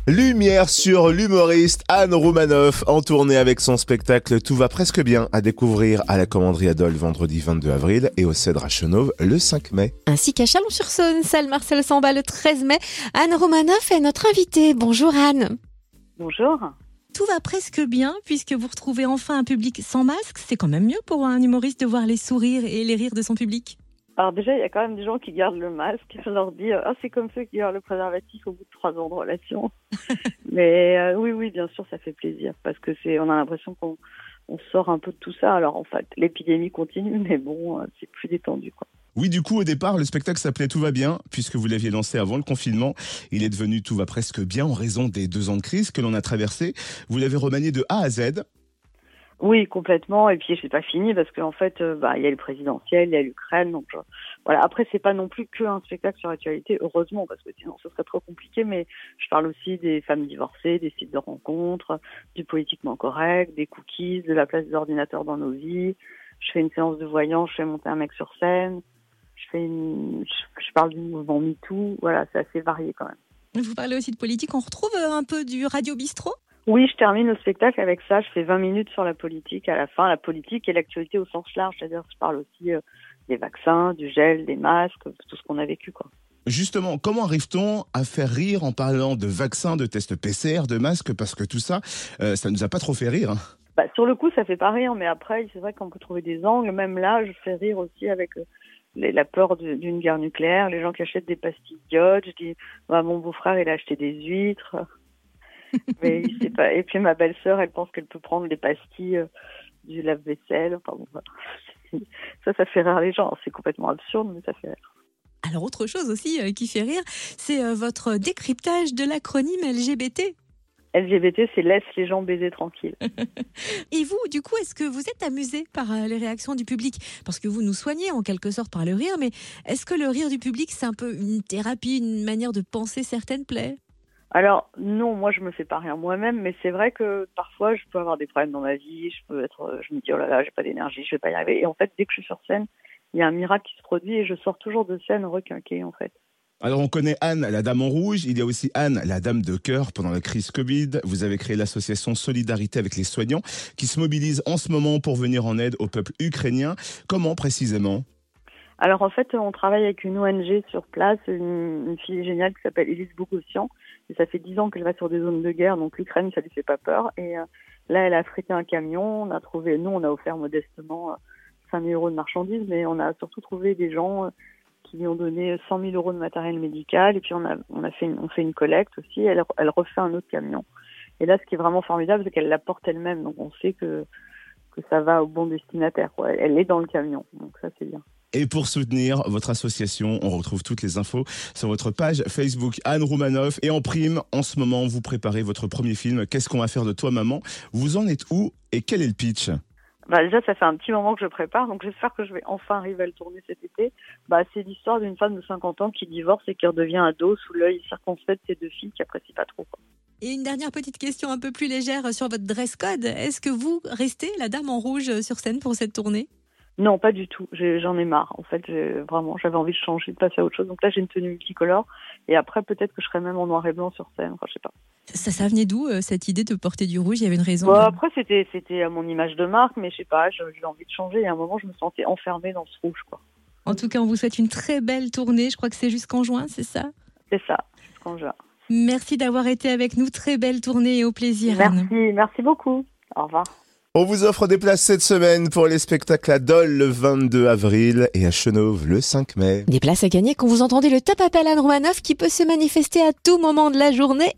Lumière sur l'humoriste Anne Roumanoff en tournée avec son spectacle Tout va presque bien à découvrir à la Commanderie Adol vendredi 22 avril et au Cèdre à Chenôve le 5 mai. Ainsi qu'à Chalon-sur-Saône, salle Marcel Samba le 13 mai. Anne Roumanoff est notre invitée. Bonjour Anne. Bonjour. Tout va presque bien puisque vous retrouvez enfin un public sans masque. C'est quand même mieux pour un humoriste de voir les sourires et les rires de son public. Alors déjà, il y a quand même des gens qui gardent le masque. Je leur dis, c'est comme ceux qui gardent le préservatif au bout de 3 ans de relation. Mais oui, bien sûr, ça fait plaisir parce que on a l'impression qu'on sort un peu de tout ça. Alors en fait, l'épidémie continue, mais bon, c'est plus détendu, quoi. Oui, du coup, au départ, le spectacle s'appelait Tout va bien, puisque vous l'aviez lancé avant le confinement. Il est devenu Tout va presque bien en raison des 2 ans de crise que l'on a traversés. Vous l'avez remanié de A à Z. Oui, complètement. Et puis c'est pas fini parce qu'en fait, il y a le présidentiel, il y a l'Ukraine, donc voilà. Après, c'est pas non plus qu'un spectacle sur l'actualité, heureusement, parce que sinon ce serait trop compliqué. Mais je parle aussi des femmes divorcées, des sites de rencontres, du politiquement correct, des cookies, de la place des ordinateurs dans nos vies. Je fais une séance de voyance, je fais monter un mec sur scène. Je parle du mouvement MeToo. Voilà, c'est assez varié quand même. Vous parlez aussi de politique. On retrouve un peu du Radio Bistrot ? Oui, je termine le spectacle avec ça. Je fais 20 minutes sur la politique à la fin, la politique et l'actualité au sens large. C'est-à-dire, je parle aussi des vaccins, du gel, des masques, tout ce qu'on a vécu, quoi. Justement, comment arrive-t-on à faire rire en parlant de vaccins, de tests PCR, de masques, parce que tout ça, ça nous a pas trop fait rire, hein. Sur le coup, ça fait pas rire, mais après, c'est vrai qu'on peut trouver des angles. Même là, je fais rire aussi avec la peur d'une guerre nucléaire, les gens qui achètent des pastilles d'iode. Je dis, mon beau-frère, il a acheté des huîtres. Mais il sait pas. Et puis ma belle-sœur, elle pense qu'elle peut prendre les pastilles du lave-vaisselle. Enfin bon, voilà. Ça fait rire les gens. C'est complètement absurde, mais ça fait rire. Alors autre chose aussi qui fait rire, c'est votre décryptage de l'acronyme LGBT. LGBT, c'est laisse les gens baiser tranquille. Et vous, du coup, est-ce que vous êtes amusé par les réactions du public ? Parce que vous nous soignez en quelque sorte par le rire, mais est-ce que le rire du public, c'est un peu une thérapie, une manière de panser certaines plaies ? Alors non, moi je me fais pas rire moi-même, mais c'est vrai que parfois je peux avoir des problèmes dans ma vie, je me dis oh là là, j'ai pas d'énergie, je vais pas y arriver. Et en fait, dès que je suis sur scène, il y a un miracle qui se produit et je sors toujours de scène requinquée en fait. Alors on connaît Anne, la dame en rouge, il y a aussi Anne, la dame de cœur pendant la crise Covid. Vous avez créé l'association Solidarité avec les soignants qui se mobilise en ce moment pour venir en aide au peuple ukrainien. Comment précisément ? Alors en fait, on travaille avec une ONG sur place, une fille géniale qui s'appelle Élise Bogossian. Et ça fait 10 ans qu'elle va sur des zones de guerre, donc l'Ukraine, ça lui fait pas peur. Et là, elle a affrété un camion. On a offert modestement 5 000 € de marchandises, mais on a surtout trouvé des gens qui lui ont donné 100 000 € de matériel médical. Et puis on fait une collecte aussi. Elle refait un autre camion. Et là, ce qui est vraiment formidable, c'est qu'elle la porte elle-même. Donc on sait que ça va au bon destinataire, quoi. Elle est dans le camion, donc ça c'est bien. Et pour soutenir votre association, on retrouve toutes les infos sur votre page Facebook Anne Roumanoff. Et en prime, en ce moment, vous préparez votre premier film. Qu'est-ce qu'on va faire de toi, maman ? Vous en êtes où et quel est le pitch ? Déjà, ça fait un petit moment que je prépare, donc j'espère que je vais enfin arriver à le tourner cet été. C'est l'histoire d'une femme de 50 ans qui divorce et qui redevient ado sous l'œil circonspect de ses 2 filles qui apprécient pas trop, quoi. Et une dernière petite question un peu plus légère sur votre dress code. Est-ce que vous restez la dame en rouge sur scène pour cette tournée ? Non, pas du tout. J'en ai marre. En fait, j'avais envie de changer, de passer à autre chose. Donc là, j'ai une tenue multicolore. Et après, peut-être que je serai même en noir et blanc sur scène. Enfin, je sais pas. Ça venait d'où, cette idée de porter du rouge ? Il y avait une raison Après, c'était mon image de marque, mais je sais pas, j'ai envie de changer. Et à un moment, je me sentais enfermée dans ce rouge, quoi. En tout cas, on vous souhaite une très belle tournée. Je crois que c'est jusqu'en juin, c'est ça ? C'est ça, jusqu'en juin. Merci d'avoir été avec nous. Très belle tournée et au plaisir, Anne. Merci beaucoup. Au revoir. On vous offre des places cette semaine pour les spectacles à Dole le 22 avril et à Chenôve le 5 mai. Des places à gagner quand vous entendez le top appel Anne Roumanoff qui peut se manifester à tout moment de la journée